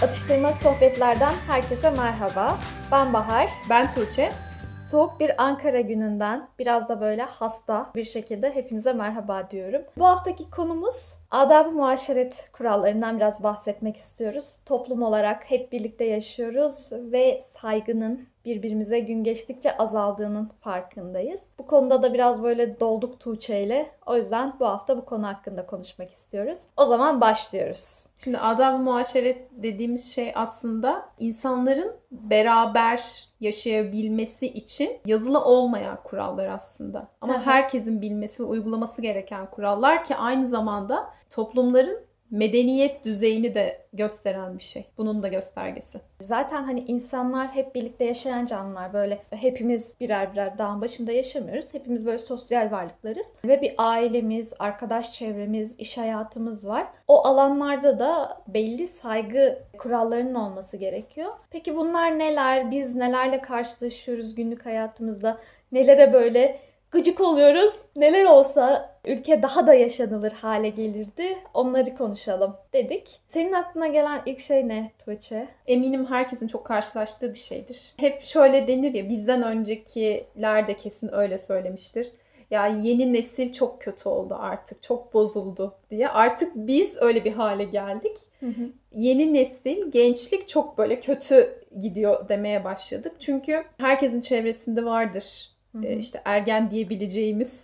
Atıştırmalık sohbetlerden herkese merhaba. Ben Bahar. Ben Tuğçe. Soğuk bir Ankara gününden biraz da böyle hasta bir şekilde hepinize merhaba diyorum. Bu haftaki konumuz adab-ı muaşeret kurallarından biraz bahsetmek istiyoruz. Toplum olarak hep birlikte yaşıyoruz ve saygının birbirimize gün geçtikçe azaldığının farkındayız. Bu konuda da biraz böyle dolduk Tuğçe ile. O yüzden bu hafta bu konu hakkında konuşmak istiyoruz. O zaman başlıyoruz. Şimdi adab-ı muaşeret dediğimiz şey aslında insanların beraber yaşayabilmesi için yazılı olmayan kurallar aslında. Ama herkesin bilmesi ve uygulaması gereken kurallar ki aynı zamanda toplumların medeniyet düzeyini de gösteren bir şey. Bunun da göstergesi. Zaten hani insanlar hep birlikte yaşayan canlılar, böyle hepimiz birer birer dağın başında yaşamıyoruz. Hepimiz böyle sosyal varlıklarız. Ve bir ailemiz, arkadaş çevremiz, iş hayatımız var. O alanlarda da belli saygı kurallarının olması gerekiyor. Peki bunlar neler? Biz nelerle karşılaşıyoruz günlük hayatımızda? Nelere böyle gıcık oluyoruz? Neler olsa ülke daha da yaşanılır hale gelirdi. Onları konuşalım dedik. Senin aklına gelen ilk şey ne Tuğçe? Eminim herkesin çok karşılaştığı bir şeydir. Hep şöyle denir ya, bizden öncekiler de kesin öyle söylemiştir. Ya yeni nesil çok kötü oldu artık, çok bozuldu diye. Artık biz öyle bir hale geldik. Yeni nesil, gençlik çok böyle kötü gidiyor demeye başladık. Çünkü herkesin çevresinde vardır. İşte ergen diyebileceğimiz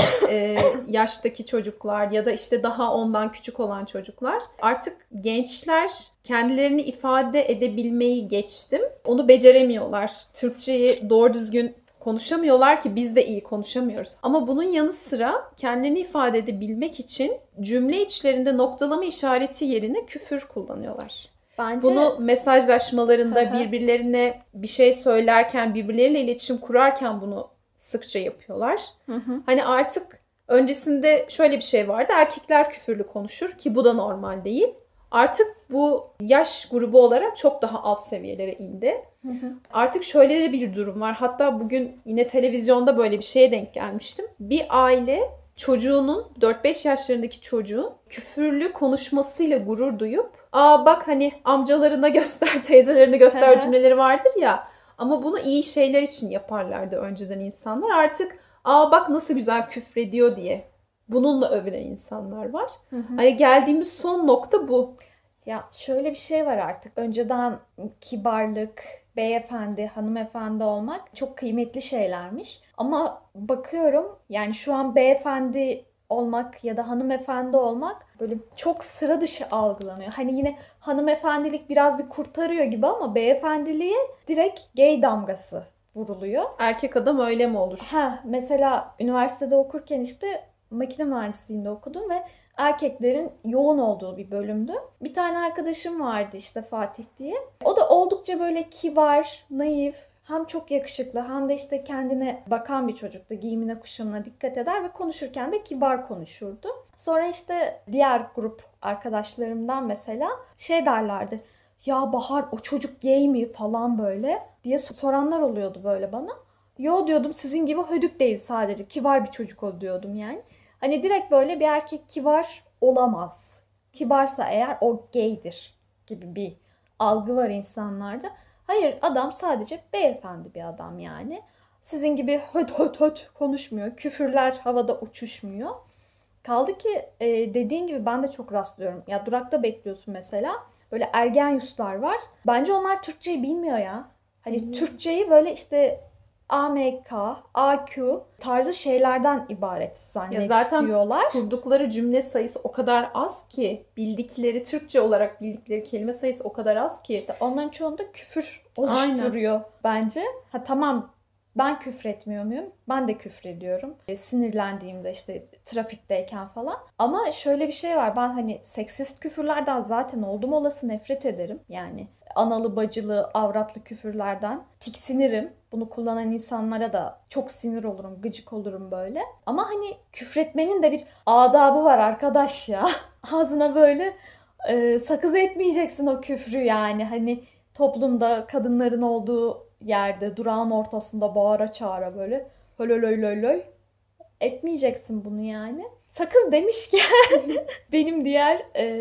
yaştaki çocuklar ya da işte daha ondan küçük olan çocuklar. Artık gençler kendilerini ifade edebilmeyi geçtim. Onu beceremiyorlar. Türkçeyi doğru düzgün konuşamıyorlar ki biz de iyi konuşamıyoruz. Ama bunun yanı sıra kendilerini ifade edebilmek için cümle içlerinde noktalama işareti yerine küfür kullanıyorlar. Bence... Bunu mesajlaşmalarında birbirlerine bir şey söylerken, birbirleriyle iletişim kurarken bunu sıkça yapıyorlar. Hani artık öncesinde şöyle bir şey vardı. Erkekler küfürlü konuşur ki bu da normal değil. Artık bu yaş grubu olarak çok daha alt seviyelere indi. Artık şöyle de bir durum var. Hatta bugün yine televizyonda böyle bir şeye denk gelmiştim. Bir aile çocuğunun 4-5 yaşlarındaki çocuğun küfürlü konuşmasıyla gurur duyup bak hani amcalarına göster, teyzelerine göster cümleleri vardır ya. Ama bunu iyi şeyler için yaparlardı önceden insanlar. Artık bak nasıl güzel küfrediyor diye bununla övülen insanlar var. Hani geldiğimiz son nokta bu. Ya şöyle bir şey var artık. Önceden kibarlık, beyefendi, hanımefendi olmak çok kıymetli şeylermiş. Ama bakıyorum yani şu an beyefendi olmak ya da hanımefendi olmak böyle çok sıra dışı algılanıyor. Hani yine hanımefendilik biraz bir kurtarıyor gibi ama beyefendiliğe direkt gay damgası vuruluyor. Erkek adam öyle mi olur? Mesela üniversitede okurken işte makine mühendisliğinde okudum ve erkeklerin yoğun olduğu bir bölümdü. Bir tane arkadaşım vardı işte Fatih diye. O da oldukça böyle kibar, naif, hem çok yakışıklı hem de işte kendine bakan bir çocuktu. Giyimine, kuşamına dikkat eder ve konuşurken de kibar konuşurdu. Sonra işte diğer grup arkadaşlarımdan mesela şey derlerdi. Ya Bahar o çocuk gay mi falan böyle diye soranlar oluyordu böyle bana. Yo diyordum, sizin gibi hödük değil, sadece kibar bir çocuk o diyordum yani. Hani direkt böyle bir erkek kibar olamaz. Kibarsa eğer o gaydir gibi bir algı var insanlarda. Hayır, adam sadece beyefendi bir adam yani. Sizin gibi höt höt höt konuşmuyor. Küfürler havada uçuşmuyor. Kaldı ki dediğin gibi ben de çok rastlıyorum. Ya durakta bekliyorsun mesela. Böyle ergen yuslar var. Bence onlar Türkçeyi bilmiyor ya. Hani Türkçeyi böyle işte AMK, AQ tarzı şeylerden ibaret zannediyorlar. Zaten kurdukları cümle sayısı o kadar az ki, bildikleri Türkçe olarak bildikleri kelime sayısı o kadar az ki. İşte onların çoğunda küfür oluşturuyor bence. Tamam, ben küfretmiyor muyum? Ben de küfrediyorum. Sinirlendiğimde işte trafikteyken falan. Ama şöyle bir şey var. Ben hani seksist küfürlerden zaten oldum olası nefret ederim. Yani analı bacılı, avratlı küfürlerden tiksinirim. Bunu kullanan insanlara da çok sinir olurum, gıcık olurum böyle. Ama hani küfretmenin de bir adabı var arkadaş ya. Ağzına böyle sakız etmeyeceksin o küfrü yani. Hani toplumda kadınların olduğu yerde, durağın ortasında bağıra çağıra böyle hölölöylöylöy etmeyeceksin bunu yani. Sakız demişken benim diğer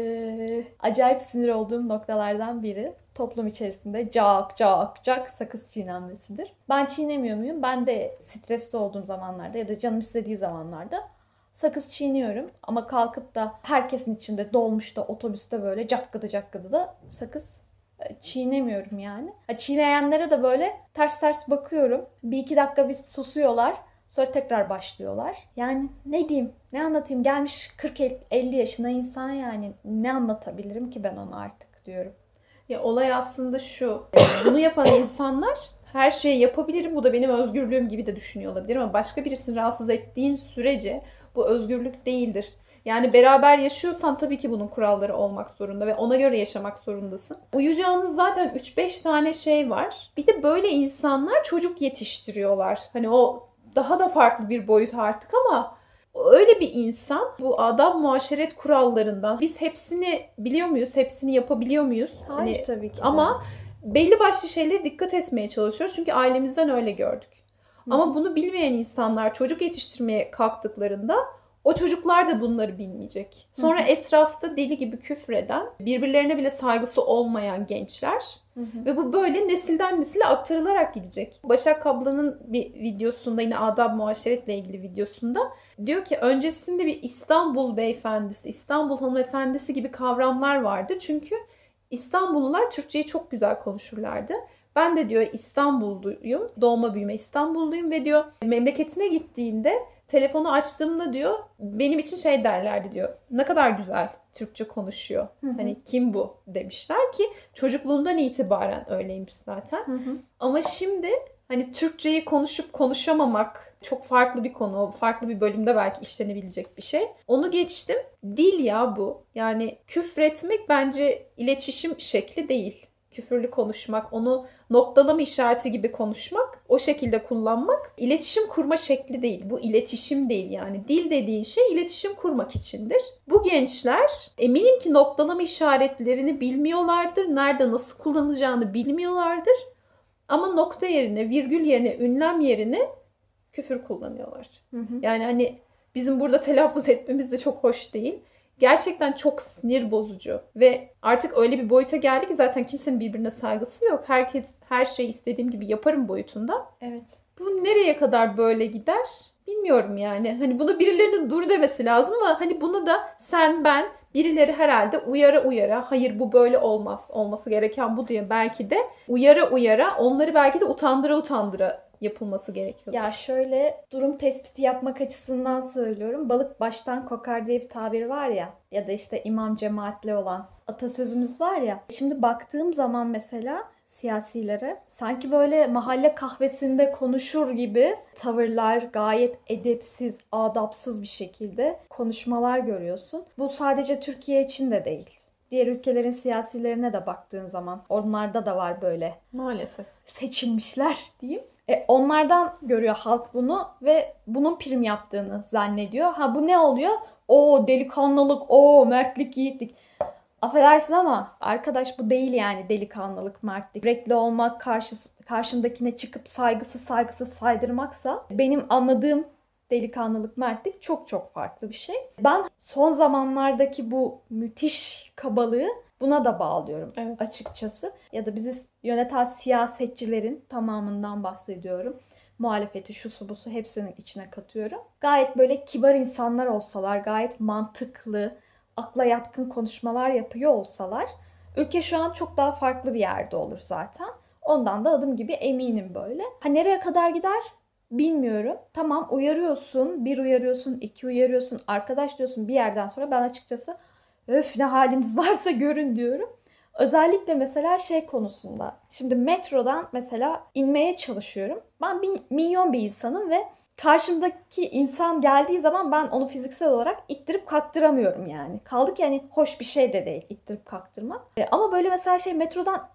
acayip sinir olduğum noktalardan biri toplum içerisinde cak cak cak sakız çiğnenmesidir. Ben çiğnemiyor muyum? Ben de stresli olduğum zamanlarda ya da canım istediği zamanlarda sakız çiğniyorum. Ama kalkıp da herkesin içinde dolmuşta, otobüste böyle cakkıdı cakkıdı da sakız çiğnemiyorum yani. Çiğneyenlere de böyle ters ters bakıyorum. Bir iki dakika bir susuyorlar. Sonra tekrar başlıyorlar. Yani ne diyeyim, ne anlatayım? Gelmiş 40-50 yaşına insan yani. Ne anlatabilirim ki ben ona artık diyorum. Ya olay aslında şu. Bunu yapan insanlar her şeyi yapabilirim. Bu da benim özgürlüğüm gibi de düşünüyor olabilir. Ama başka birisini rahatsız ettiğin sürece bu özgürlük değildir. Yani beraber yaşıyorsan tabii ki bunun kuralları olmak zorunda ve ona göre yaşamak zorundasın. Uyacağınız zaten 3-5 tane şey var. Bir de böyle insanlar çocuk yetiştiriyorlar. Hani o daha da farklı bir boyut artık ama öyle bir insan bu adab muaşeret kurallarından biz hepsini biliyor muyuz? Hepsini yapabiliyor muyuz? Hayır tabii ki de. Ama belli başlı şeylere dikkat etmeye çalışıyoruz. Çünkü ailemizden öyle gördük. Ama bunu bilmeyen insanlar çocuk yetiştirmeye kalktıklarında o çocuklar da bunları bilmeyecek. Sonra etrafta deli gibi küfreden, birbirlerine bile saygısı olmayan gençler ve bu böyle nesilden nesile aktarılarak gidecek. Başak Kabla'nın bir videosunda, yine adab muaşeretle ilgili videosunda diyor ki öncesinde bir İstanbul beyefendisi, İstanbul hanımefendisi gibi kavramlar vardı. Çünkü İstanbullular Türkçeyi çok güzel konuşurlardı. Ben de diyor İstanbulluyum, doğma büyüme İstanbulluyum ve diyor memleketine gittiğinde telefonu açtığımda diyor benim için şey derlerdi diyor. Ne kadar güzel Türkçe konuşuyor. Hani kim bu demişler ki çocukluğundan itibaren öyleymiş zaten. Ama şimdi hani Türkçeyi konuşup konuşamamak çok farklı bir konu. Farklı bir bölümde belki işlenebilecek bir şey. Onu geçtim. Dil ya bu. Yani küfretmek bence iletişim şekli değil. Küfürlü konuşmak, onu noktalama işareti gibi konuşmak, o şekilde kullanmak iletişim kurma şekli değil. Bu iletişim değil yani. Dil dediğin şey iletişim kurmak içindir. Bu gençler eminim ki noktalama işaretlerini bilmiyorlardır. Nerede nasıl kullanacağını bilmiyorlardır. Ama nokta yerine, virgül yerine, ünlem yerine küfür kullanıyorlar. Yani hani bizim burada telaffuz etmemiz de çok hoş değil. Gerçekten çok sinir bozucu ve artık öyle bir boyuta geldi ki zaten kimsenin birbirine saygısı yok. Herkes her şeyi istediğim gibi yaparım boyutunda. Evet. Bu nereye kadar böyle gider bilmiyorum yani. Hani bunu birilerinin dur demesi lazım ama hani bunu da sen ben birileri herhalde uyara uyara hayır bu böyle olmaz, olması gereken bu diye belki de uyara uyara onları belki de utandıra utandıra yapılması gerekiyor. Ya şöyle durum tespiti yapmak açısından söylüyorum. Balık baştan kokar diye bir tabir var ya. Ya da işte imam cemaatle olan atasözümüz var ya. Şimdi baktığım zaman mesela siyasilere sanki böyle mahalle kahvesinde konuşur gibi tavırlar, gayet edepsiz, adapsız bir şekilde konuşmalar görüyorsun. Bu sadece Türkiye için de değil. Diğer ülkelerin siyasilerine de baktığın zaman onlarda da var böyle. Maalesef. Seçilmişler diyeyim. Onlardan görüyor halk bunu ve bunun prim yaptığını zannediyor. Ha bu ne oluyor? O delikanlılık, o mertlik, yiğitlik. Affedersin ama arkadaş bu değil yani delikanlılık, mertlik. Yürekli olmak, karşındakine çıkıp saygısız saydırmaksa benim anladığım delikanlılık, mertlik çok çok farklı bir şey. Ben son zamanlardaki bu müthiş kabalığı buna da bağlıyorum açıkçası. Ya da bizi yöneten siyasetçilerin tamamından bahsediyorum. Muhalefeti, şusu busu hepsinin içine katıyorum. Gayet böyle kibar insanlar olsalar, gayet mantıklı, akla yatkın konuşmalar yapıyor olsalar ülke şu an çok daha farklı bir yerde olur zaten. Ondan da adım gibi eminim böyle. Ha nereye kadar gider? Bilmiyorum. Tamam uyarıyorsun, bir uyarıyorsun, iki uyarıyorsun, arkadaş diyorsun bir yerden sonra ben açıkçası öf ne haliniz varsa görün diyorum. Özellikle mesela şey konusunda. Şimdi metrodan mesela inmeye çalışıyorum. Ben minyon bir insanım ve karşımdaki insan geldiği zaman ben onu fiziksel olarak ittirip kaktıramıyorum yani. Kaldı ki yani hoş bir şey de değil ittirip kaktırmak. Ama böyle mesela şey metrodan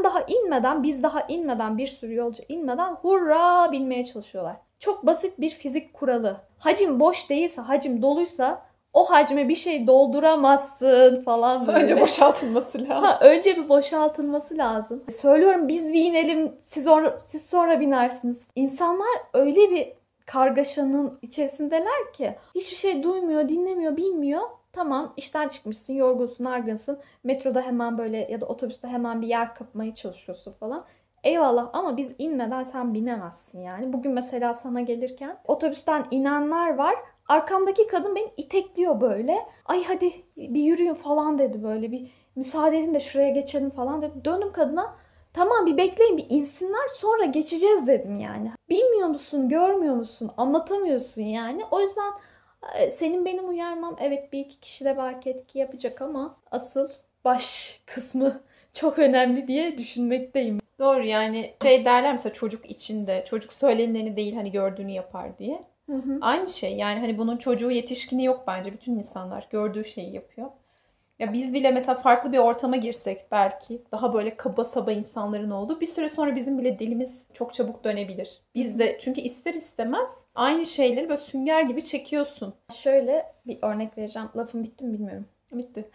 biz daha inmeden bir sürü yolcu inmeden hurra binmeye çalışıyorlar. Çok basit bir fizik kuralı. Hacim boş değilse, hacim doluysa o hacme bir şey dolduramazsın falan böyle. Önce boşaltılması lazım. Önce bir boşaltılması lazım. Söylüyorum biz bir inelim, siz sonra binersiniz. İnsanlar öyle bir kargaşanın içerisindeler ki hiçbir şey duymuyor, dinlemiyor, bilmiyor. Tamam, işten çıkmışsın, yorgunsun, argınsın. Metroda hemen böyle ya da otobüste hemen bir yer kapmaya çalışıyorsun falan. Eyvallah ama biz inmeden sen binemezsin yani. Bugün mesela sana gelirken otobüsten inenler var. Arkamdaki kadın beni itekliyor böyle. Ay hadi bir yürüyün falan dedi böyle. Bir müsaade edin de şuraya geçelim falan dedi. Döndüm kadına. Tamam bir bekleyin bir insinler sonra geçeceğiz dedim yani. Bilmiyor musun, görmüyor musun, anlatamıyorsun yani. O yüzden senin benim uyarmam evet bir iki kişi de belki etki yapacak ama asıl baş kısmı çok önemli diye düşünmekteyim. Doğru yani şey derler mesela çocuk içinde çocuk söyleneni değil hani gördüğünü yapar diye. Hı hı. Aynı şey yani hani bunun çocuğu yetişkini yok bence bütün insanlar gördüğü şeyi yapıyor. Ya biz bile mesela farklı bir ortama girsek belki daha böyle kaba saba insanların olduğu bir süre sonra bizim bile dilimiz çok çabuk dönebilir. Biz de çünkü ister istemez aynı şeyleri böyle sünger gibi çekiyorsun. Şöyle bir örnek vereceğim. Lafım bitti mi bilmiyorum. Bitti.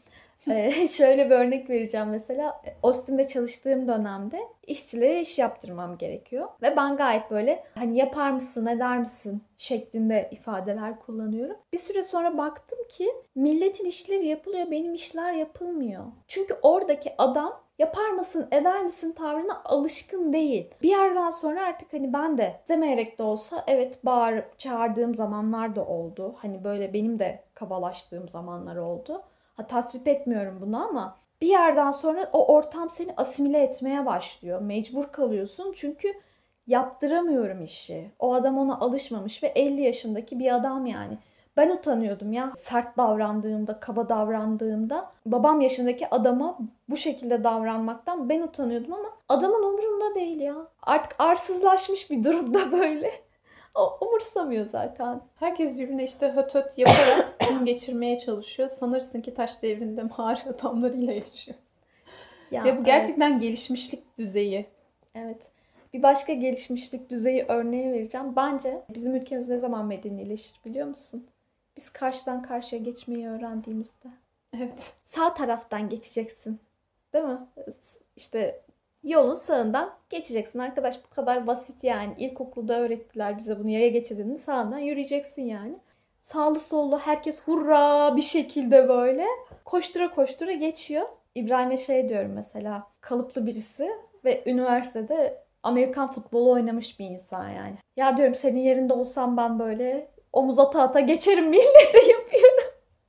Şöyle bir örnek vereceğim mesela. Ostim'de çalıştığım dönemde işçilere iş yaptırmam gerekiyor. Ve ben gayet böyle hani yapar mısın, eder misin şeklinde ifadeler kullanıyorum. Bir süre sonra baktım ki milletin işleri yapılıyor, benim işler yapılmıyor. Çünkü oradaki adam yapar mısın, eder misin tavrına alışkın değil. Bir yerden sonra artık hani ben de demeyerek de olsa evet bağırıp çağırdığım zamanlar da oldu. Hani böyle benim de kabalaştığım zamanlar oldu. Tasvip etmiyorum bunu ama bir yerden sonra o ortam seni asimile etmeye başlıyor. Mecbur kalıyorsun çünkü yaptıramıyorum işi. O adam ona alışmamış ve 50 yaşındaki bir adam yani. Ben utanıyordum ya sert davrandığımda, kaba davrandığımda. Babam yaşındaki adama bu şekilde davranmaktan ben utanıyordum ama adamın umurunda değil ya. Artık arsızlaşmış bir durumda böyle. O umursamıyor zaten. Herkes birbirine işte höt höt yaparak gün geçirmeye çalışıyor. Sanırsın ki taş devrinde mağara adamlarıyla yaşıyor. Ya bu gerçekten evet. Gelişmişlik düzeyi. Evet. Bir başka gelişmişlik düzeyi örneği vereceğim. Bence bizim ülkemiz ne zaman medenileşir biliyor musun? Biz karşıdan karşıya geçmeyi öğrendiğimizde. Evet. Sağ taraftan geçeceksin. Değil mi? İşte yolun sağından geçeceksin arkadaş. Bu kadar basit yani. İlkokulda öğrettiler bize bunu. Yaya geçidinin sağından yürüyeceksin yani. Sağlı sollu herkes hurra bir şekilde böyle koştura koştura geçiyor. İbrahim'e şey diyorum mesela kalıplı birisi ve üniversitede Amerikan futbolu oynamış bir insan yani. Ya diyorum senin yerinde olsam ben böyle omuz ata ata geçerim millete yapıyorum.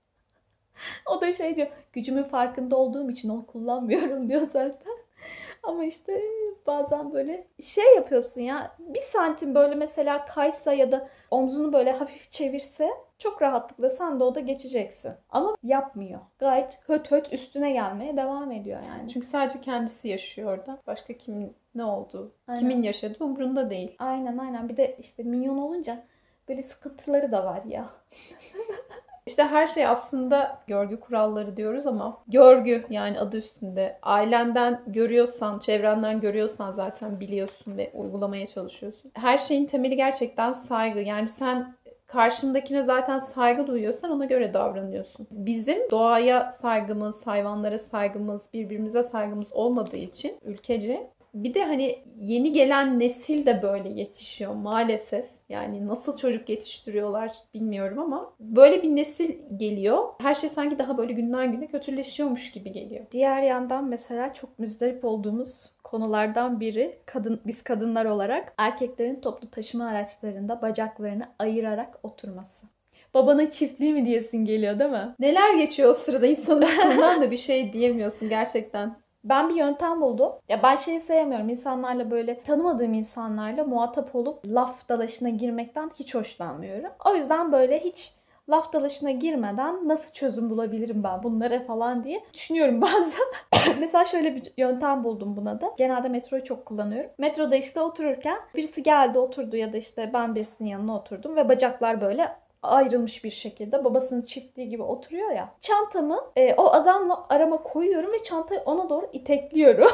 O da şey diyor gücümün farkında olduğum için onu kullanmıyorum diyor zaten. Ama işte bazen böyle şey yapıyorsun ya bir santim böyle mesela kaysa ya da omzunu böyle hafif çevirse çok rahatlıkla sen de o da geçeceksin. Ama yapmıyor. Gayet höt höt üstüne gelmeye devam ediyor yani. Çünkü sadece kendisi yaşıyor orada. Başka kimin ne olduğu, kimin yaşadığı umurunda değil. Aynen. Bir de işte minyon olunca böyle sıkıntıları da var ya. İşte her şey aslında görgü kuralları diyoruz ama görgü yani adı üstünde. Ailenden görüyorsan, çevrenden görüyorsan zaten biliyorsun ve uygulamaya çalışıyorsun. Her şeyin temeli gerçekten saygı. Yani sen karşındakine zaten saygı duyuyorsan ona göre davranıyorsun. Bizim doğaya saygımız, hayvanlara saygımız, birbirimize saygımız olmadığı için ülkece bir de hani yeni gelen nesil de böyle yetişiyor maalesef. Yani nasıl çocuk yetiştiriyorlar bilmiyorum ama böyle bir nesil geliyor. Her şey sanki daha böyle günden güne kötüleşiyormuş gibi geliyor. Diğer yandan mesela çok müzdarip olduğumuz konulardan biri biz kadınlar olarak erkeklerin toplu taşıma araçlarında bacaklarını ayırarak oturması. Babanın çiftliği mi diyesin geliyor değil mi? Neler geçiyor o sırada insanın aklından da bir şey diyemiyorsun gerçekten. Ben bir yöntem buldum. Ya ben şeyi sevmiyorum. İnsanlarla böyle tanımadığım insanlarla muhatap olup laf dalaşına girmekten hiç hoşlanmıyorum. O yüzden böyle hiç laf dalaşına girmeden nasıl çözüm bulabilirim ben bunlara falan diye düşünüyorum bazen. Mesela şöyle bir yöntem buldum buna da. Genelde metroyu çok kullanıyorum. Metroda işte otururken birisi geldi oturdu ya da işte ben birisinin yanına oturdum ve bacaklar böyle ayrılmış bir şekilde babasının çiftliği gibi oturuyor ya. Çantamı o adamla arama koyuyorum ve çantayı ona doğru itekliyorum.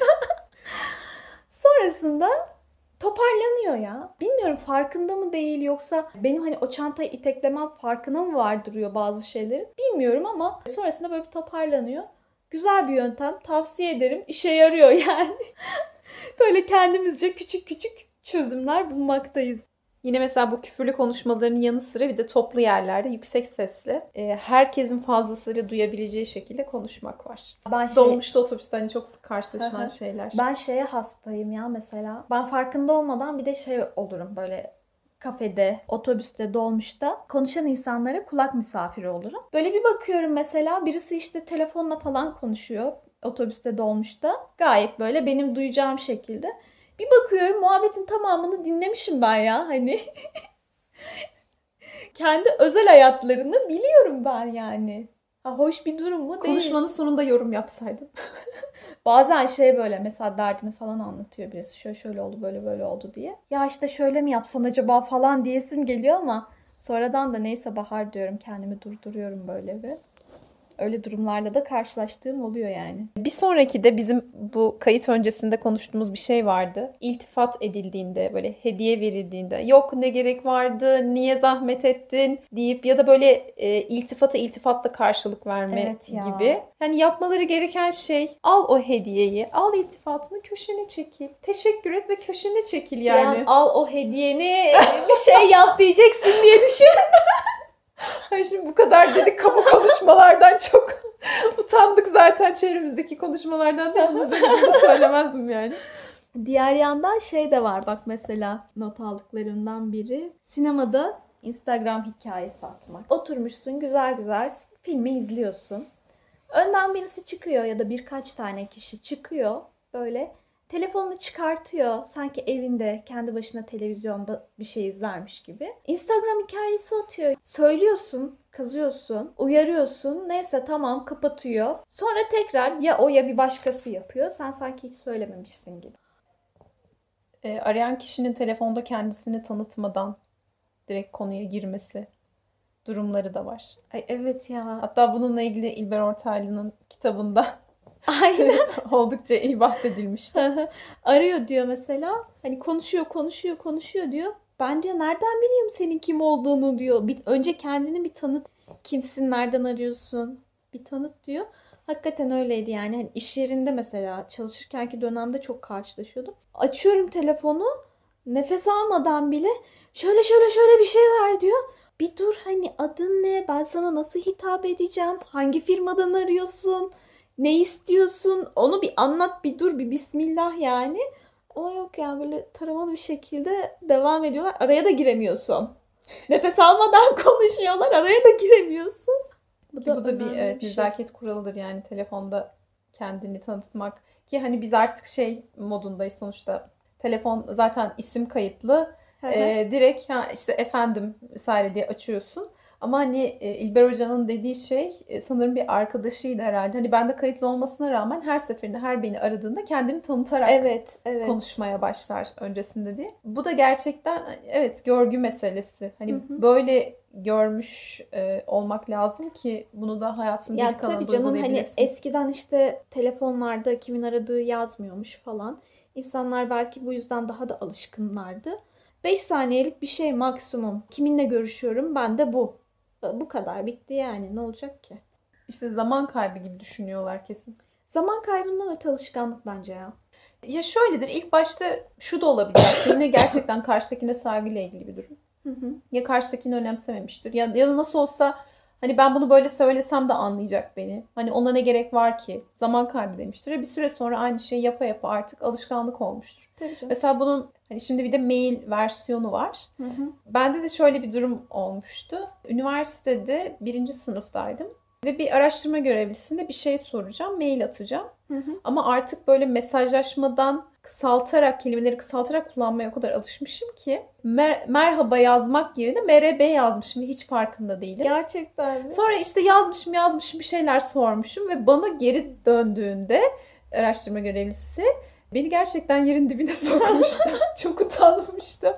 Sonrasında toparlanıyor ya. Bilmiyorum farkında mı değil yoksa benim hani o çantayı iteklemem farkına mı vardırıyor bazı şeylerin bilmiyorum ama sonrasında böyle bir toparlanıyor. Güzel bir yöntem. Tavsiye ederim. İşe yarıyor yani. Böyle kendimizce küçük küçük çözümler bulmaktayız. Yine mesela bu küfürlü konuşmaların yanı sıra bir de toplu yerlerde yüksek sesle herkesin fazlasıyla duyabileceği şekilde konuşmak var. Dolmuşta, otobüste hani çok sık karşılaşılan şeyler. Ben şeye hastayım ya mesela. Ben farkında olmadan bir de şey olurum böyle kafede, otobüste, dolmuşta konuşan insanlara kulak misafiri olurum. Böyle bir bakıyorum mesela birisi işte telefonla falan konuşuyor otobüste, dolmuşta. Gayet böyle benim duyacağım şekilde. Bir bakıyorum muhabbetin tamamını dinlemişim ben ya hani. Kendi özel hayatlarını biliyorum ben yani. Ha, hoş bir durum mu? Değil. Konuşmanın sonunda yorum yapsaydın. Bazen şey böyle mesela derdini falan anlatıyor birisi. Şöyle şöyle oldu, böyle böyle oldu diye. Ya işte şöyle mi yapsan acaba falan diyesim geliyor ama sonradan da neyse Bahar diyorum, kendimi durduruyorum böyle bir. Öyle durumlarla da karşılaştığım oluyor yani. Bir sonraki de bizim bu kayıt öncesinde konuştuğumuz bir şey vardı. İltifat edildiğinde, böyle hediye verildiğinde, yok ne gerek vardı, niye zahmet ettin deyip ya da böyle iltifatla karşılık verme gibi. Yani yapmaları gereken şey, al o hediyeyi, al iltifatını, köşene çekil. Teşekkür et ve köşene çekil yani. Yani al o hediyeni, bir şey yap diyeceksin diye düşün. Ay şimdi bu kadar dedik, kamu konuşmalardan çok utandık zaten, çevremizdeki konuşmalardan da bunun üzerine bunu söylemezdim yani. Diğer yandan şey de var bak mesela not aldıklarımdan biri. Sinemada Instagram hikayesi atmak. Oturmuşsun güzel güzel filmi izliyorsun. Önden birisi çıkıyor ya da birkaç tane kişi çıkıyor böyle. Telefonunu çıkartıyor. Sanki evinde kendi başına televizyonda bir şey izlermiş gibi. Instagram hikayesi atıyor. Söylüyorsun, kızıyorsun, uyarıyorsun. Neyse tamam kapatıyor. Sonra tekrar ya o ya bir başkası yapıyor. Sen sanki hiç söylememişsin gibi. Arayan kişinin telefonda kendisini tanıtmadan direkt konuya girmesi durumları da var. Ay evet ya. Hatta bununla ilgili İlber Ortaylı'nın kitabında aynen oldukça iyi bahsedilmişti. Arıyor diyor mesela. Hani konuşuyor diyor. Ben diyor nereden bileyim senin kim olduğunu diyor. Önce kendini bir tanıt. Kimsin, nereden arıyorsun? Bir tanıt diyor. Hakikaten öyleydi yani. Hani iş yerinde mesela çalışırkenki dönemde çok karşılaşıyordum. Açıyorum telefonu. Nefes almadan bile şöyle bir şey var diyor. Bir dur hani adın ne? Ben sana nasıl hitap edeceğim? Hangi firmadan arıyorsun? Ne istiyorsun? Onu bir anlat, bir dur, bir bismillah yani. Ama yok yani böyle taramalı bir şekilde devam ediyorlar. Araya da giremiyorsun. Nefes almadan konuşuyorlar. Araya da giremiyorsun. Bu da bir nezaket kuralıdır yani telefonda kendini tanıtmak. Ki hani biz artık şey modundayız sonuçta. Telefon zaten isim kayıtlı. Direkt işte efendim vesaire diye açıyorsun. Ama hani İlber Hoca'nın dediği şey sanırım bir arkadaşıydı herhalde. Hani bende kayıtlı olmasına rağmen her seferinde her beni aradığında kendini tanıtarak evet. konuşmaya başlar öncesinde diye. Bu da gerçekten görgü meselesi. Hani böyle görmüş olmak lazım ki bunu da hayatın geri kalanında uygulayabilesin. Hani eskiden işte telefonlarda kimin aradığı yazmıyormuş falan. İnsanlar belki bu yüzden daha da alışkınlardı. 5 saniyelik bir şey maksimum. Kiminle görüşüyorum? Ben de bu. Bu kadar bitti yani. Ne olacak ki? İşte zaman kaybı gibi düşünüyorlar kesin. Zaman kaybından öte alışkanlık bence ya. Ya şöyledir. İlk başta şu da olabilir. Yine gerçekten karşıdakine saygıyla ilgili bir durum. Ya karşıdakini önemsememiştir. Ya da nasıl olsa hani ben bunu böyle söylesem de anlayacak beni. Hani ona ne gerek var ki? Zaman kaybı demiştir. Bir süre sonra aynı şeyi yapa yapa artık alışkanlık olmuştur. Tabii canım. Mesela bunun hani şimdi bir de mail versiyonu var. Bende de şöyle bir durum olmuştu. Üniversitede 1. sınıftaydım. Ve bir araştırma görevlisinde bir şey soracağım. Mail atacağım. Ama artık böyle mesajlaşmadan kelimeleri kısaltarak kullanmaya o kadar alışmışım ki merhaba yazmak yerine MRB yazmışım ve hiç farkında değilim. Gerçekten mi? Sonra işte yazmışım bir şeyler sormuşum ve bana geri döndüğünde araştırma görevlisi beni gerçekten yerin dibine sokmuştu. Çok utanmıştım.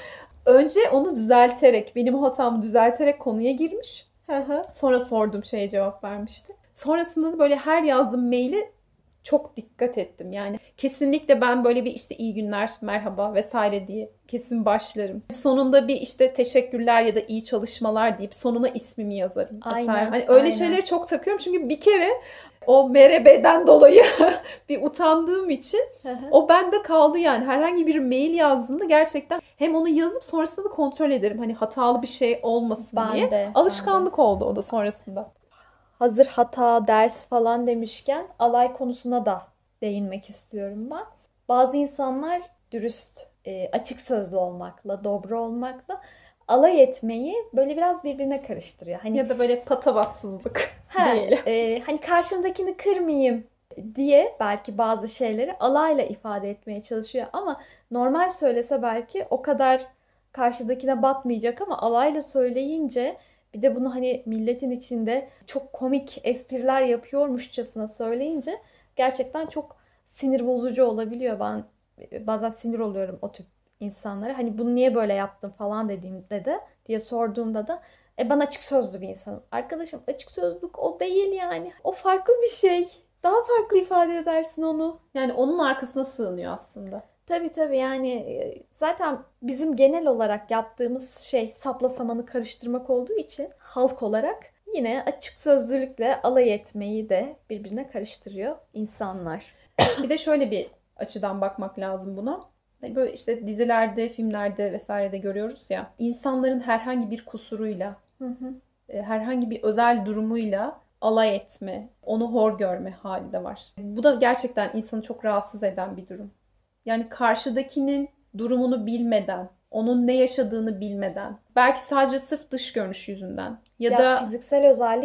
Önce onu düzelterek, benim hatamı düzelterek konuya girmiş. Sonra sorduğum şeye cevap vermişti. Sonrasında da böyle her yazdığım maili çok dikkat ettim. Yani kesinlikle ben böyle bir işte iyi günler, merhaba vesaire diye kesin başlarım. Sonunda bir işte teşekkürler ya da iyi çalışmalar deyip sonuna ismimi yazarım. Aynen, hani öyle şeyleri çok takıyorum çünkü bir kere o merebeden dolayı bir utandığım için o bende kaldı yani. Herhangi bir mail yazdığımda gerçekten hem onu yazıp sonrasında da kontrol ederim. Hani hatalı bir şey olmasın diye. Alışkanlık oldu o da sonrasında. Hazır hata, ders falan demişken alay konusuna da değinmek istiyorum ben. Bazı insanlar dürüst, açık sözlü olmakla, dobra olmakla alay etmeyi böyle biraz birbirine karıştırıyor. Hani ya da böyle patavatsızlık diyelim. Hani karşımdakini kırmayayım diye belki bazı şeyleri alayla ifade etmeye çalışıyor ama normal söylese belki o kadar karşıdakine batmayacak ama alayla söyleyince bir de bunu hani milletin içinde çok komik espriler yapıyormuşçasına söyleyince gerçekten çok sinir bozucu olabiliyor. Ben bazen sinir oluyorum o tip insanlara. Hani bunu niye böyle yaptın falan dediğimde de diye sorduğumda da ben açık sözlü bir insanım. Arkadaşım açık sözlülük o değil yani. O farklı bir şey. Daha farklı ifade edersin onu. Yani onun arkasına sığınıyor aslında. Tabii yani zaten bizim genel olarak yaptığımız şey sapla samanı karıştırmak olduğu için halk olarak yine açık sözlülükle alay etmeyi de birbirine karıştırıyor insanlar. Bir de şöyle bir açıdan bakmak lazım buna. Böyle işte dizilerde, filmlerde vesairede görüyoruz ya. İnsanların herhangi bir kusuruyla, herhangi bir özel durumuyla alay etme, onu hor görme hali de var. Bu da gerçekten insanı çok rahatsız eden bir durum. Yani karşıdakinin durumunu bilmeden, onun ne yaşadığını bilmeden, belki sadece sırf dış görünüş yüzünden ya da fiziksel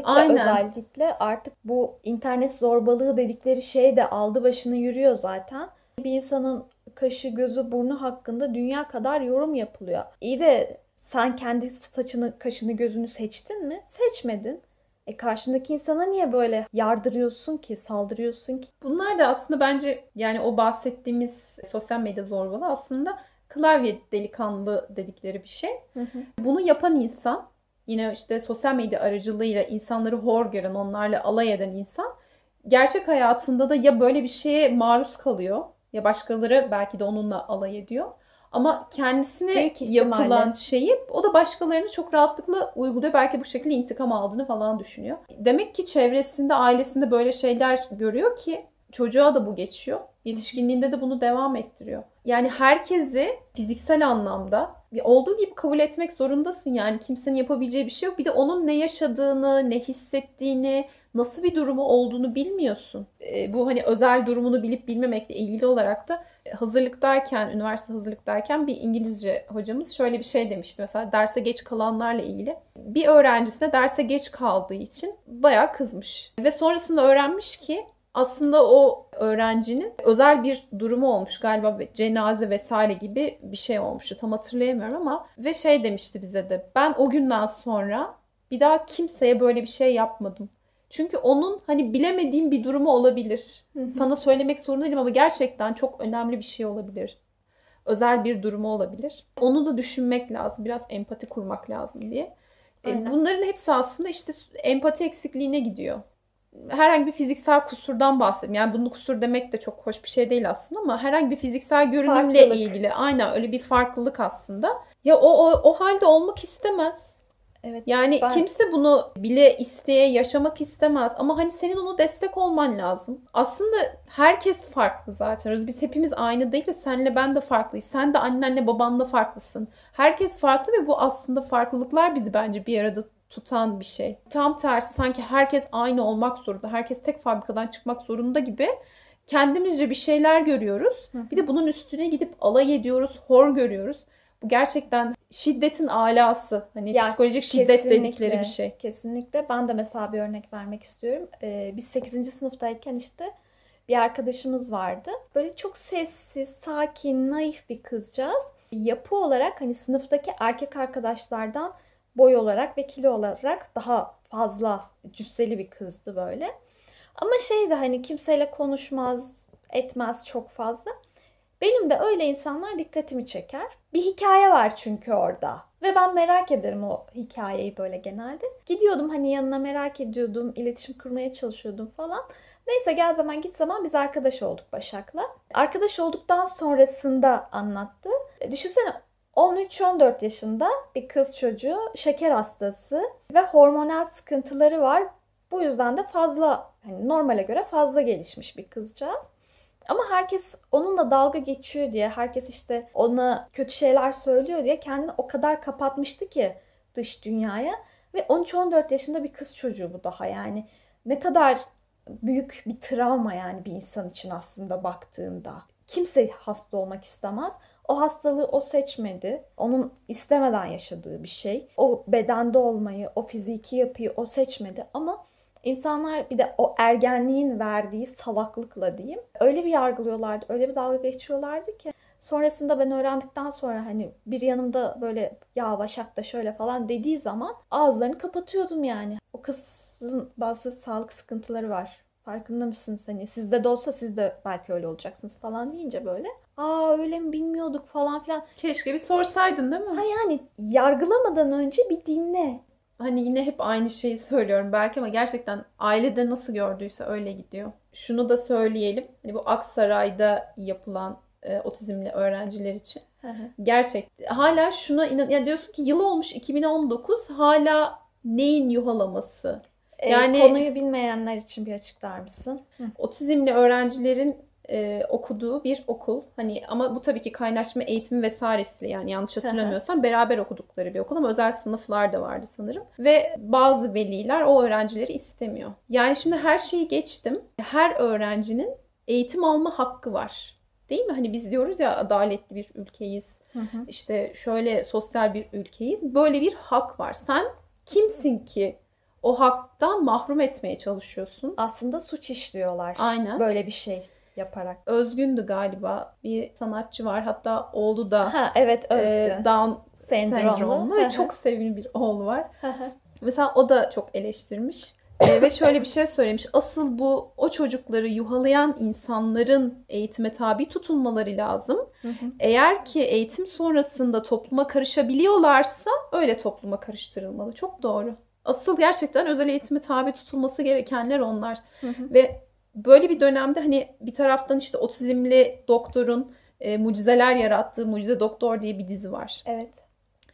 özellikle artık bu internet zorbalığı dedikleri şey de aldı başını yürüyor zaten. Bir insanın kaşı, gözü, burnu hakkında dünya kadar yorum yapılıyor. İyi de sen kendi saçını, kaşını, gözünü seçtin mi? Seçmedin. Karşındaki insana niye böyle yardırıyorsun ki, saldırıyorsun ki? Bunlar da aslında bence yani o bahsettiğimiz sosyal medya zorbalığı aslında klavye delikanlı dedikleri bir şey. Bunu yapan insan, yine işte sosyal medya aracılığıyla insanları hor gören, onlarla alay eden insan gerçek hayatında da ya böyle bir şeye maruz kalıyor ya başkaları belki de onunla alay ediyor. Ama kendisine yapılan şeyi o da başkalarını çok rahatlıkla uyguluyor. Belki bu şekilde intikam aldığını falan düşünüyor. Demek ki çevresinde, ailesinde böyle şeyler görüyor ki çocuğa da bu geçiyor. Yetişkinliğinde de bunu devam ettiriyor. Yani herkesi fiziksel anlamda olduğu gibi kabul etmek zorundasın. Yani kimsenin yapabileceği bir şey yok. Bir de onun ne yaşadığını, ne hissettiğini, nasıl bir durumu olduğunu bilmiyorsun. Bu hani özel durumunu bilip bilmemekle ilgili olarak da üniversite hazırlıktayken bir İngilizce hocamız şöyle bir şey demişti. Mesela derse geç kalanlarla ilgili. Bir öğrencisine derse geç kaldığı için bayağı kızmış. Ve sonrasında öğrenmiş ki aslında o öğrencinin özel bir durumu olmuş. Galiba cenaze vesaire gibi bir şey olmuştu. Tam hatırlayamıyorum ama ve şey demişti bize de. Ben o günden sonra bir daha kimseye böyle bir şey yapmadım. Çünkü onun hani bilemediğim bir durumu olabilir. Sana söylemek zorunda değilim ama gerçekten çok önemli bir şey olabilir. Özel bir durumu olabilir. Onu da düşünmek lazım. Biraz empati kurmak lazım diye. Bunların hepsi aslında işte empati eksikliğine gidiyor. Herhangi bir fiziksel kusurdan bahsedeyim. Yani bunu kusur demek de çok hoş bir şey değil aslında ama herhangi bir fiziksel görünümle ilgili. Aynen öyle bir farklılık aslında. Ya o halde olmak istemez. Evet, yani kimse bunu bile isteye yaşamak istemez ama hani senin ona destek olman lazım. Aslında herkes farklı zaten. Biz hepimiz aynı değiliz. Senle ben de farklıyız. Sen de annenle babanla farklısın. Herkes farklı ve bu aslında farklılıklar bizi bence bir arada tutan bir şey. Tam tersi sanki herkes aynı olmak zorunda. Herkes tek fabrikadan çıkmak zorunda gibi kendimizce bir şeyler görüyoruz. Bir de bunun üstüne gidip alay ediyoruz, hor görüyoruz. Bu gerçekten şiddetin alası. Hani ya, psikolojik şiddet dedikleri bir şey. Kesinlikle. Ben de mesela bir örnek vermek istiyorum. Biz 8. sınıftayken işte bir arkadaşımız vardı. Böyle çok sessiz, sakin, naif bir kızcağız. Yapı olarak hani sınıftaki erkek arkadaşlardan boy olarak ve kilo olarak daha fazla cüsseli bir kızdı böyle. Ama şeydi hani kimseyle konuşmaz, etmez çok fazla. Benim de öyle insanlar dikkatimi çeker. Bir hikaye var çünkü orada. Ve ben merak ederim o hikayeyi böyle genelde. Gidiyordum hani yanına merak ediyordum, iletişim kurmaya çalışıyordum falan. Neyse gel zaman git zaman biz arkadaş olduk Başak'la. Arkadaş olduktan sonrasında anlattı. Düşünsene 13-14 yaşında bir kız çocuğu, şeker hastası ve hormonal sıkıntıları var. Bu yüzden de fazla, hani normale göre fazla gelişmiş bir kızcağız. Ama herkes onunla dalga geçiyor diye, herkes işte ona kötü şeyler söylüyor diye kendini o kadar kapatmıştı ki dış dünyaya. Ve 13-14 yaşında bir kız çocuğu bu daha, yani ne kadar büyük bir travma yani bir insan için aslında baktığında. Kimse hasta olmak istemez. O hastalığı o seçmedi. Onun istemeden yaşadığı bir şey. O bedende olmayı, o fiziki yapıyı o seçmedi ama İnsanlar bir de o ergenliğin verdiği salaklıkla diyeyim öyle bir yargılıyorlardı, öyle bir dalga geçiyorlardı ki sonrasında ben öğrendikten sonra hani bir yanımda böyle ya Başak da şöyle falan dediği zaman ağızlarını kapatıyordum yani. O kızın bazı sağlık sıkıntıları var. Farkında mısınız? Hani sizde de olsa siz de belki öyle olacaksınız falan deyince böyle. Aa öyle mi bilmiyorduk falan filan. Keşke bir sorsaydın değil mi? Ha yani yargılamadan önce bir dinle. Hani yine hep aynı şeyi söylüyorum belki ama gerçekten ailede nasıl gördüyse öyle gidiyor. Şunu da söyleyelim. Hani bu Aksaray'da yapılan otizmli öğrenciler için. Gerçekten hala şuna ya diyorsun ki yıl olmuş 2019 hala neyin yuhalaması? Yani konuyu bilmeyenler için bir açıklar mısın? Otizmli öğrencilerin okuduğu bir okul. Hani ama bu tabii ki kaynaşma eğitimi vesairesi, yani yanlış hatırlamıyorsam beraber okudukları bir okul ama özel sınıflar da vardı sanırım. Ve bazı veliler o öğrencileri istemiyor. Yani şimdi her şeyi geçtim. Her öğrencinin eğitim alma hakkı var. Değil mi? Hani biz diyoruz ya adaletli bir ülkeyiz. İşte şöyle sosyal bir ülkeyiz. Böyle bir hak var. Sen kimsin ki o haktan mahrum etmeye çalışıyorsun? Aslında suç işliyorlar. Aynen. Böyle bir şey yaparak. Özgün'dü galiba. Bir sanatçı var. Hatta oğlu da evet Özgün. Down sendromlu ve çok sevimli bir oğlu var. Mesela o da çok eleştirmiş. Ve şöyle bir şey söylemiş. Asıl bu o çocukları yuhalayan insanların eğitime tabi tutulmaları lazım. Eğer ki eğitim sonrasında topluma karışabiliyorlarsa öyle topluma karıştırılmalı. Çok doğru. Asıl gerçekten özel eğitime tabi tutulması gerekenler onlar. Ve böyle bir dönemde hani bir taraftan işte otizmli doktorun mucizeler yarattığı Mucize Doktor diye bir dizi var. Evet.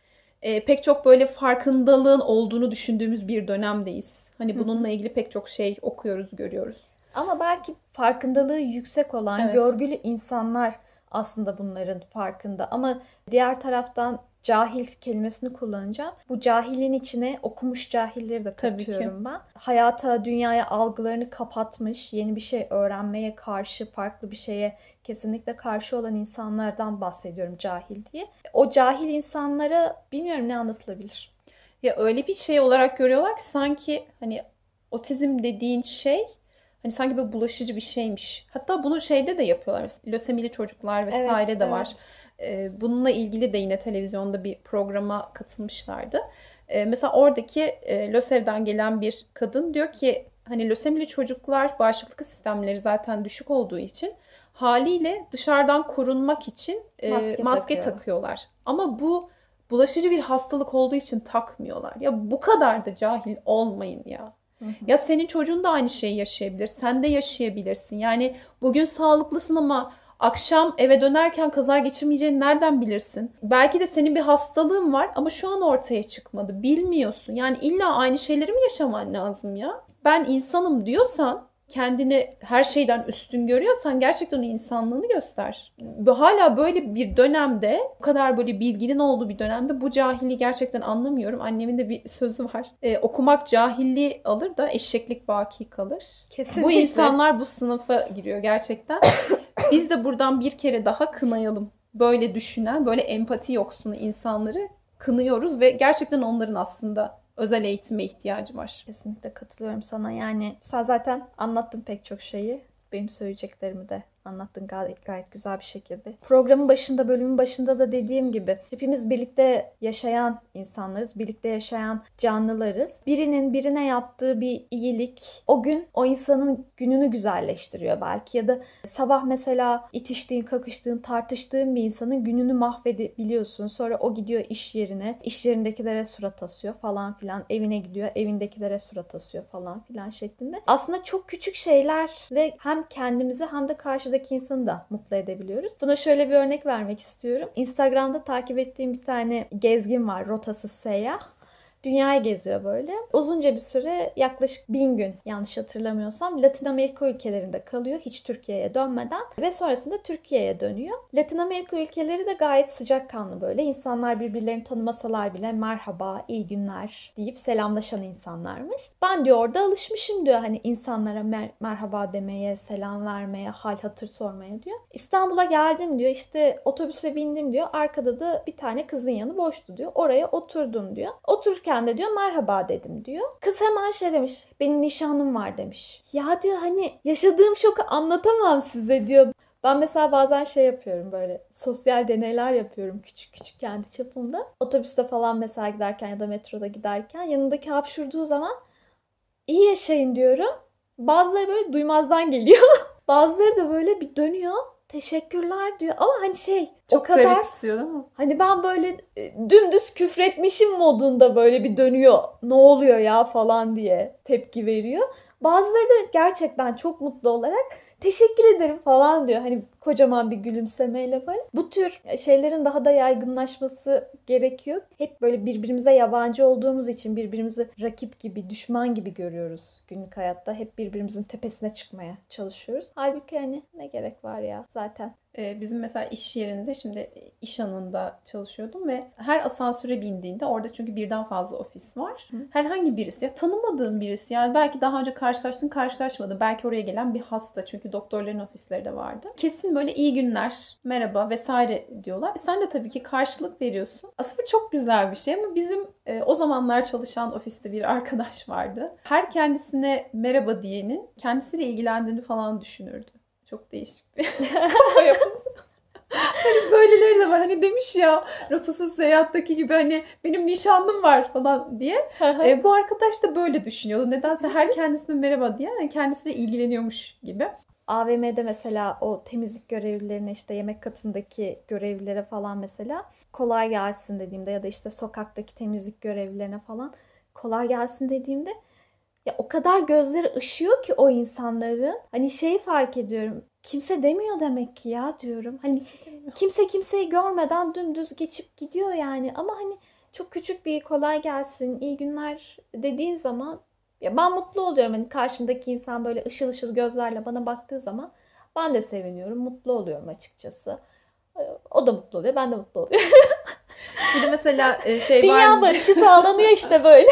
Pek çok böyle farkındalığın olduğunu düşündüğümüz bir dönemdeyiz. Hani bununla ilgili pek çok şey okuyoruz, görüyoruz. Ama belki farkındalığı yüksek olan görgülü insanlar aslında bunların farkında. Ama diğer taraftan cahil kelimesini kullanacağım. Bu cahilin içine okumuş cahilleri de katıyorum ben. Hayata, dünyaya algılarını kapatmış, yeni bir şey öğrenmeye karşı, farklı bir şeye kesinlikle karşı olan insanlardan bahsediyorum cahil diye. O cahil insanlara bilmiyorum ne anlatılabilir. Ya öyle bir şey olarak görüyorlar ki sanki hani otizm dediğin şey hani sanki böyle bulaşıcı bir şeymiş. Hatta bunu şeyde de yapıyorlar. Mesela lösemili çocuklar vesaire de var. Bununla ilgili de yine televizyonda bir programa katılmışlardı. Mesela oradaki LÖSEV'den gelen bir kadın diyor ki hani lösemili çocuklar bağışıklık sistemleri zaten düşük olduğu için haliyle dışarıdan korunmak için maske takıyorlar. Ama bu bulaşıcı bir hastalık olduğu için takmıyorlar. Ya bu kadar da cahil olmayın ya. Ya senin çocuğun da aynı şeyi yaşayabilir. Sen de yaşayabilirsin. Yani bugün sağlıklısın ama akşam eve dönerken kaza geçirmeyeceğini nereden bilirsin? Belki de senin bir hastalığın var ama şu an ortaya çıkmadı. Bilmiyorsun. Yani illa aynı şeyleri mi yaşaman lazım ya? Ben insanım diyorsan, kendini her şeyden üstün görüyorsan gerçekten o insanlığını göster. Hala böyle bir dönemde, bu kadar böyle bilginin olduğu bir dönemde bu cahilliği gerçekten anlamıyorum. Annemin de bir sözü var. Okumak cahilliği alır da eşeklik baki kalır. Kesinlikle. Bu insanlar bu sınıfa giriyor gerçekten. Biz de buradan bir kere daha kınayalım. Böyle düşünen, böyle empati yoksunu insanları kınıyoruz ve gerçekten onların aslında özel eğitime ihtiyacı var. Kesinlikle katılıyorum sana. Yani sen zaten anlattın pek çok şeyi. Benim söyleyeceklerimi de anlattın gayet güzel bir şekilde. Programın başında, bölümün başında da dediğim gibi hepimiz birlikte yaşayan insanlarız. Birlikte yaşayan canlılarız. Birinin birine yaptığı bir iyilik o gün o insanın gününü güzelleştiriyor belki. Ya da sabah mesela itiştiğin, kakıştığın, tartıştığın bir insanın gününü mahvedebiliyorsun. Sonra o gidiyor iş yerine. İş yerindekilere surat asıyor falan filan. Evine gidiyor. Evindekilere surat asıyor falan filan şeklinde. Aslında çok küçük şeylerle hem kendimizi hem de karşıdaki insanı da mutlu edebiliyoruz. Buna şöyle bir örnek vermek istiyorum. Instagram'da takip ettiğim bir tane gezgin var. Rotasız seyyah. Dünyayı geziyor böyle. Uzunca bir süre, yaklaşık 1000 gün yanlış hatırlamıyorsam, Latin Amerika ülkelerinde kalıyor hiç Türkiye'ye dönmeden ve sonrasında Türkiye'ye dönüyor. Latin Amerika ülkeleri de gayet sıcakkanlı böyle. İnsanlar birbirlerini tanımasalar bile merhaba, iyi günler deyip selamlaşan insanlarmış. Ben diyor orada alışmışım diyor hani insanlara merhaba demeye, selam vermeye, hal hatır sormaya diyor. İstanbul'a geldim diyor, işte otobüse bindim diyor. Arkada da bir tane kızın yanı boştu diyor. Oraya oturdum diyor. Otururken de diyor merhaba dedim diyor. Kız hemen şey demiş, benim nişanlım var demiş. Ya diyor hani yaşadığım şoku anlatamam size diyor. Ben mesela bazen şey yapıyorum, böyle sosyal deneyler yapıyorum küçük küçük kendi çapımda. Otobüste falan mesela giderken ya da metroda giderken yanındaki hapşurduğu zaman iyi yaşayın diyorum. Bazıları böyle duymazdan geliyor. Bazıları da böyle bir dönüyor. Teşekkürler diyor ama hani şey çok o kadar garipsiyor değil mi? Hani ben böyle dümdüz küfretmişim modunda böyle bir dönüyor. Ne oluyor ya falan diye tepki veriyor. Bazıları da gerçekten çok mutlu olarak teşekkür ederim falan diyor. Hani kocaman bir gülümsemeyle böyle. Bu tür şeylerin daha da yaygınlaşması gerekiyor. Hep böyle birbirimize yabancı olduğumuz için birbirimizi rakip gibi, düşman gibi görüyoruz günlük hayatta. Hep birbirimizin tepesine çıkmaya çalışıyoruz. Halbuki hani ne gerek var ya zaten. Bizim mesela iş yerinde, şimdi iş alanında çalışıyordum ve her asansöre bindiğinde orada çünkü birden fazla ofis var. Hı. Herhangi birisi, ya tanımadığım birisi, yani belki daha önce karşılaşmadı. Belki oraya gelen bir hasta, çünkü doktorların ofisleri de vardı. Kesin böyle iyi günler, merhaba vesaire diyorlar. Sen de tabii ki karşılık veriyorsun. Aslında çok güzel bir şey ama bizim o zamanlar çalışan ofiste bir arkadaş vardı. Her kendisine merhaba diyenin kendisiyle ilgilendiğini falan düşünürdü. Çok değişik bir kafa yapısı. Hani böyleleri de var. Hani demiş ya Rotasız Seyahat'taki gibi hani benim nişanlım var falan diye. Bu arkadaş da böyle düşünüyordu. Nedense her kendisine merhaba diye yani kendisiyle ilgileniyormuş gibi. AVM'de mesela o temizlik görevlilerine, işte yemek katındaki görevlilere falan mesela kolay gelsin dediğimde ya da işte sokaktaki temizlik görevlilerine falan kolay gelsin dediğimde ya o kadar gözleri ışıyor ki o insanların. Hani şeyi fark ediyorum. Kimse demiyor demek ki ya diyorum. Hani kimse kimseyi görmeden dümdüz geçip gidiyor yani. Ama hani çok küçük bir kolay gelsin, iyi günler dediğin zaman ya ben mutlu oluyorum. Hani karşımdaki insan böyle ışıl ışıl gözlerle bana baktığı zaman ben de seviniyorum, mutlu oluyorum açıkçası. O da mutlu oluyor, ben de mutlu oluyorum. Bir de mesela şey Dünya var. Dünya barışı sağlanıyor işte böyle.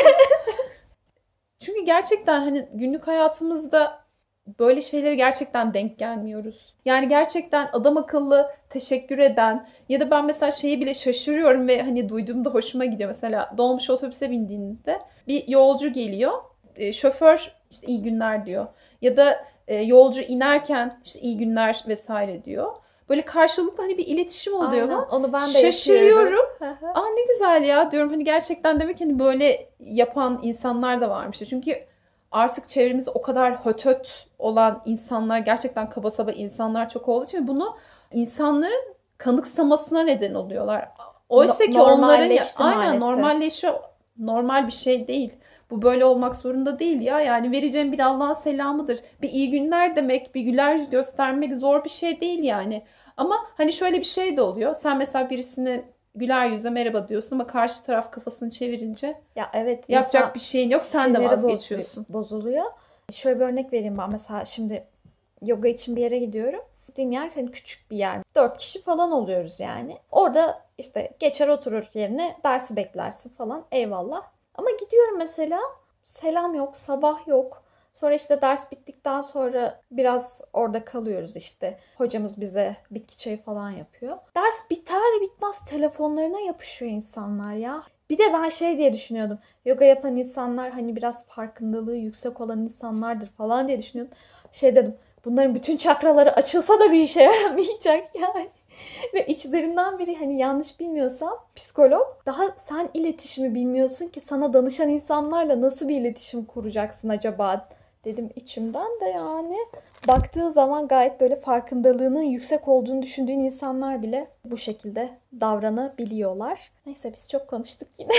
Çünkü gerçekten hani günlük hayatımızda böyle şeylere gerçekten denk gelmiyoruz. Yani gerçekten adam akıllı teşekkür eden ya da ben mesela şeyi bile şaşırıyorum ve hani duyduğumda hoşuma gidiyor. Mesela dolmuş otobüse bindiğinde bir yolcu geliyor. Şoför işte iyi günler diyor. Ya da yolcu inerken işte iyi günler vesaire diyor. Böyle karşılıklı hani bir iletişim oluyor. Aynen, onu ben de şaşırıyorum. Aa ne güzel ya diyorum. Hani gerçekten demek hani böyle yapan insanlar da varmış. Çünkü artık çevremizde o kadar hötöt olan insanlar, gerçekten kaba saba insanlar çok olduğu için bunu insanların kanıksamasına neden oluyorlar. Oysa ki onların aynen normalleşiyor. Normal bir şey değil. Bu böyle olmak zorunda değil ya. Yani vereceğim bir Allah'ın selamıdır. Bir iyi günler demek, bir güler yüz göstermek zor bir şey değil yani. Ama hani şöyle bir şey de oluyor. Sen mesela birisine güler yüzle merhaba diyorsun ama karşı taraf kafasını çevirince ya evet, yapacak bir şeyin yok. Sen de vazgeçiyorsun. Bozuluyor. Şöyle bir örnek vereyim ben. Mesela şimdi yoga için bir yere gidiyorum. Gittiğim yer hani küçük bir yer. 4 kişi falan oluyoruz yani. Orada işte geçer oturur yerine dersi beklersin falan. Eyvallah. Ama gidiyorum mesela selam yok, sabah yok. Sonra işte ders bittikten sonra biraz orada kalıyoruz işte. Hocamız bize bitki çayı falan yapıyor. Ders biter bitmez telefonlarına yapışıyor insanlar ya. Bir de ben şey diye düşünüyordum. Yoga yapan insanlar hani biraz farkındalığı yüksek olan insanlardır falan diye düşünüyordum. Şey dedim, bunların bütün çakraları açılsa da bir işe yaramayacak yani. Ve içlerinden biri, hani yanlış bilmiyorsam psikolog, daha sen iletişimi bilmiyorsun ki sana danışan insanlarla nasıl bir iletişim kuracaksın acaba dedim içimden de yani. Baktığı zaman gayet böyle farkındalığının yüksek olduğunu düşündüğün insanlar bile bu şekilde davranabiliyorlar. Neyse biz çok konuştuk yine.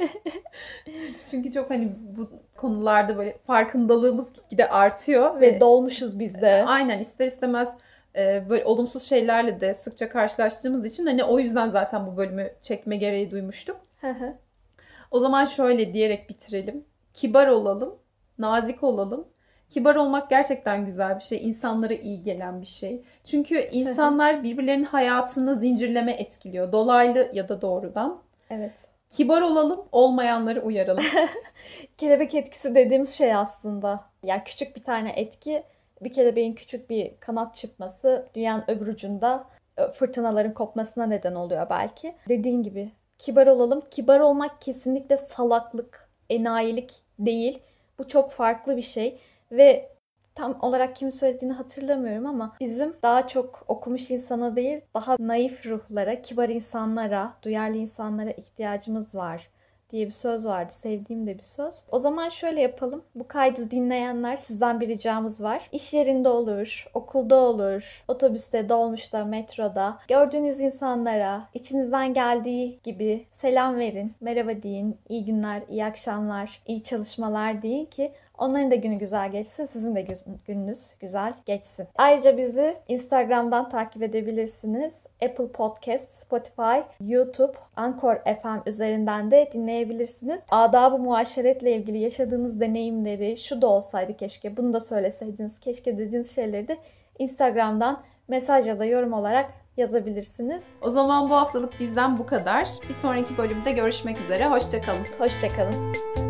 Çünkü çok hani bu konularda böyle farkındalığımız gitgide artıyor. Ve dolmuşuz biz de. Aynen, ister istemez böyle olumsuz şeylerle de sıkça karşılaştığımız için hani o yüzden zaten bu bölümü çekme gereği duymuştuk. O zaman şöyle diyerek bitirelim. Kibar olalım, nazik olalım. Kibar olmak gerçekten güzel bir şey. İnsanlara iyi gelen bir şey. Çünkü insanlar birbirlerinin hayatını zincirleme etkiliyor. Dolaylı ya da doğrudan. Evet. Kibar olalım, olmayanları uyaralım. Kelebek etkisi dediğimiz şey aslında. Yani küçük bir tane etki, bir kelebeğin küçük bir kanat çırpması dünyanın öbür ucunda fırtınaların kopmasına neden oluyor belki. Dediğin gibi kibar olalım. Kibar olmak kesinlikle salaklık, enayilik değil. Bu çok farklı bir şey ve tam olarak kimin söylediğini hatırlamıyorum ama bizim daha çok okumuş insana değil, daha naif ruhlara, kibar insanlara, duyarlı insanlara ihtiyacımız var diye bir söz vardı. Sevdiğim de bir söz. O zaman şöyle yapalım. Bu kaydı dinleyenler, sizden bir ricamız var. İş yerinde olur, okulda olur, otobüste, dolmuşta, metroda gördüğünüz insanlara içinizden geldiği gibi selam verin, merhaba deyin, iyi günler, iyi akşamlar, iyi çalışmalar deyin ki onların da günü güzel geçsin, sizin de gününüz güzel geçsin. Ayrıca bizi Instagram'dan takip edebilirsiniz. Apple Podcast, Spotify, YouTube, Anchor FM üzerinden de dinleyebilirsiniz. Adab-ı muaşeretle ilgili yaşadığınız deneyimleri, şu da olsaydı keşke, bunu da söyleseydiniz keşke dediğiniz şeyleri de Instagram'dan mesaj ya da yorum olarak yazabilirsiniz. O zaman bu haftalık bizden bu kadar. Bir sonraki bölümde görüşmek üzere. Hoşça kalın. Hoşça kalın.